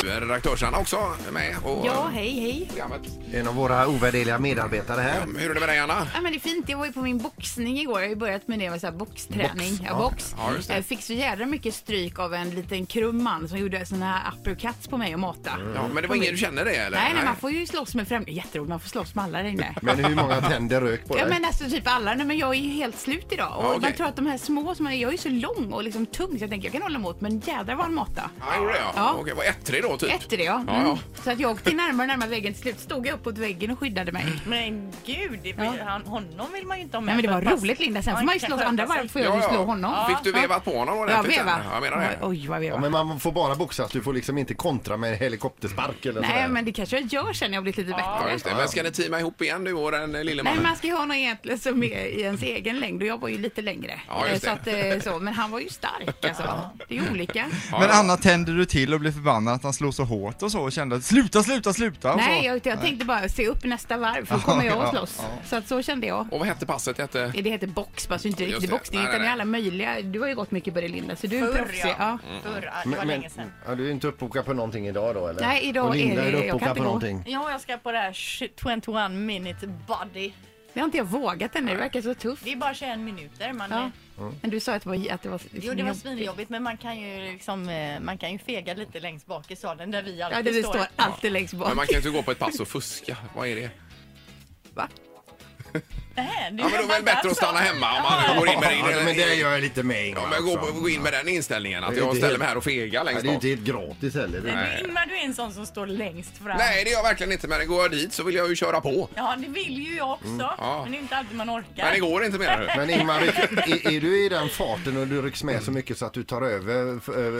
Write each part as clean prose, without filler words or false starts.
redaktörsarna också med. Och, ja, hej. En av våra ovärderliga medarbetare här. Ja, hur är det med dig, Anna? Ja, men det är fint. Jag var ju på min boxning igår. Jag har ju börjat med det med så här boxträning. Box. Ja, just det. Jag fick så jävla mycket stryk av en liten krum man som gjorde såna här uppercuts på mig och mata. Ja, men det var ingen du känner det, eller? Nej, man får ju slåss med främlingar. Jätteroligt, man får slåss med alla där inne. Men hur många tänder rök på dig? Ja, men alltså typ alla. Nej, men jag är ju helt slut idag. Och okej. man tror att de här små som jag är så lång och liksom tung så jag tänker jag kan hålla emot, men jädrar vad han mata. Ja, gjorde det, ja. Ja. Okej, var ettrig då, typ? Ettrig, ja. Ja, ja. Så att jag åkte närmare väggen. Till slut stod jag upp mot väggen och skyddade mig. Men gud, honom vill man ju inte ha med. Nej, men det var för pass. roligt, Linda. Sen får man ju slå andra varv, får jag Ja, ju ja. slå honom. Fick du vevat på honom? Ja, ordentligt sen? veva. Jag menar det. Oj, vad veva. Ja, men man får bara boxas, du får liksom inte kontra med helikopterspark eller sådär. Nej, men det kanske jag gör sen när jag blivit lite Ja, bättre. just det. Men ska ni teama ihop igen, du och den lille Nej, mannen? man ska ju ha någon egentligen som är i ens egen längd och jag var ju lite längre. Ja, just det. Så, men han var ju stark alltså. Det är ju olika. Men Anna, tände du till och blev förbannad att han slog så hårt och så och kände att sluta och Nej, så? jag tänkte bara se upp nästa varv för då kommer jag att slåss. Så att så kände jag. Och vad hette passet? Det heter box, fast inte Just riktig det. boxning Nej, utan nej. det är alla möjliga. Du har ju gått mycket på det, Linda, så du är Förr, proffsig. Ja. Förr, det var länge sedan. Ja, du är inte uppbokad på någonting idag då, eller? Nej, idag och Linda, är det- är du jag kan uppbokad inte på gå. någonting? Ja, jag ska på det här 21 minute body. Det har inte jag vågat ännu, det verkar så tufft. Det är bara 21 minuter. Men du sa att det var liksom Jo, det var svinjobbigt, men man kan ju liksom, man kan ju fega lite längst bak i salen där vi Ja, alltid det står alltid längst bak. Men man kan ju inte gå på ett pass och fuska. Vad är det? Va? Nej, Ja, men då är det väl bättre att stanna hemma om man går in med Ja, men det gör jag lite med, Ingmar. Ja, men gå in med den inställningen att Det är jag inte ställer helt- mig här och fega Ja, längst det är ju bak. inte helt gratis heller. Nej, men du är en sån som står längst fram. Nej, det är jag verkligen inte, men går jag dit så vill jag ju köra på. Ja, det vill ju jag också. Ja. Men det är inte alltid man orkar. Men det går inte, menar du? Men Ingmar, är du i den farten och du rycks med så mycket så att du tar över?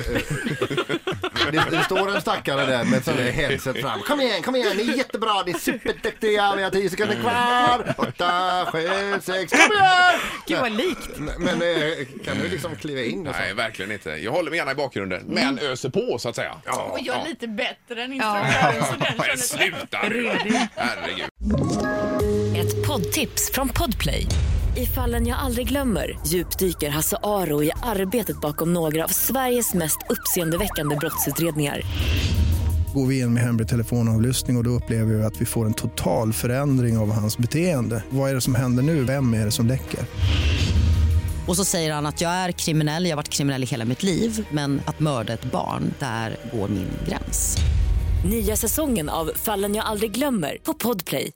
Det står en stackare där med sån där headset fram. Kom igen, ni är jättebra, ni är superduktiga, vi har 10 sekunder kvar. 8, 7, 6, kom igen! Gud vad likt. Men kan du liksom kliva in och så? Nej, verkligen inte. Jag håller mig gärna i bakgrunden, men öser på så att säga. Och jag är lite bättre än instruktören, så den Men känner sluta nu. Herregud. Ett poddtips från Podplay. I Fallen jag aldrig glömmer djupdyker Hasse Aro i arbetet bakom några av Sveriges mest uppseendeväckande brottsutredningar. Går vi in med hemlig telefonavlyssning och då upplever vi att vi får en total förändring av hans beteende. Vad är det som händer nu? Vem är det som läcker? Och så säger han att jag är kriminell, jag har varit kriminell i hela mitt liv. Men att mörda ett barn, där går min gräns. Nya säsongen av Fallen jag aldrig glömmer på Podplay.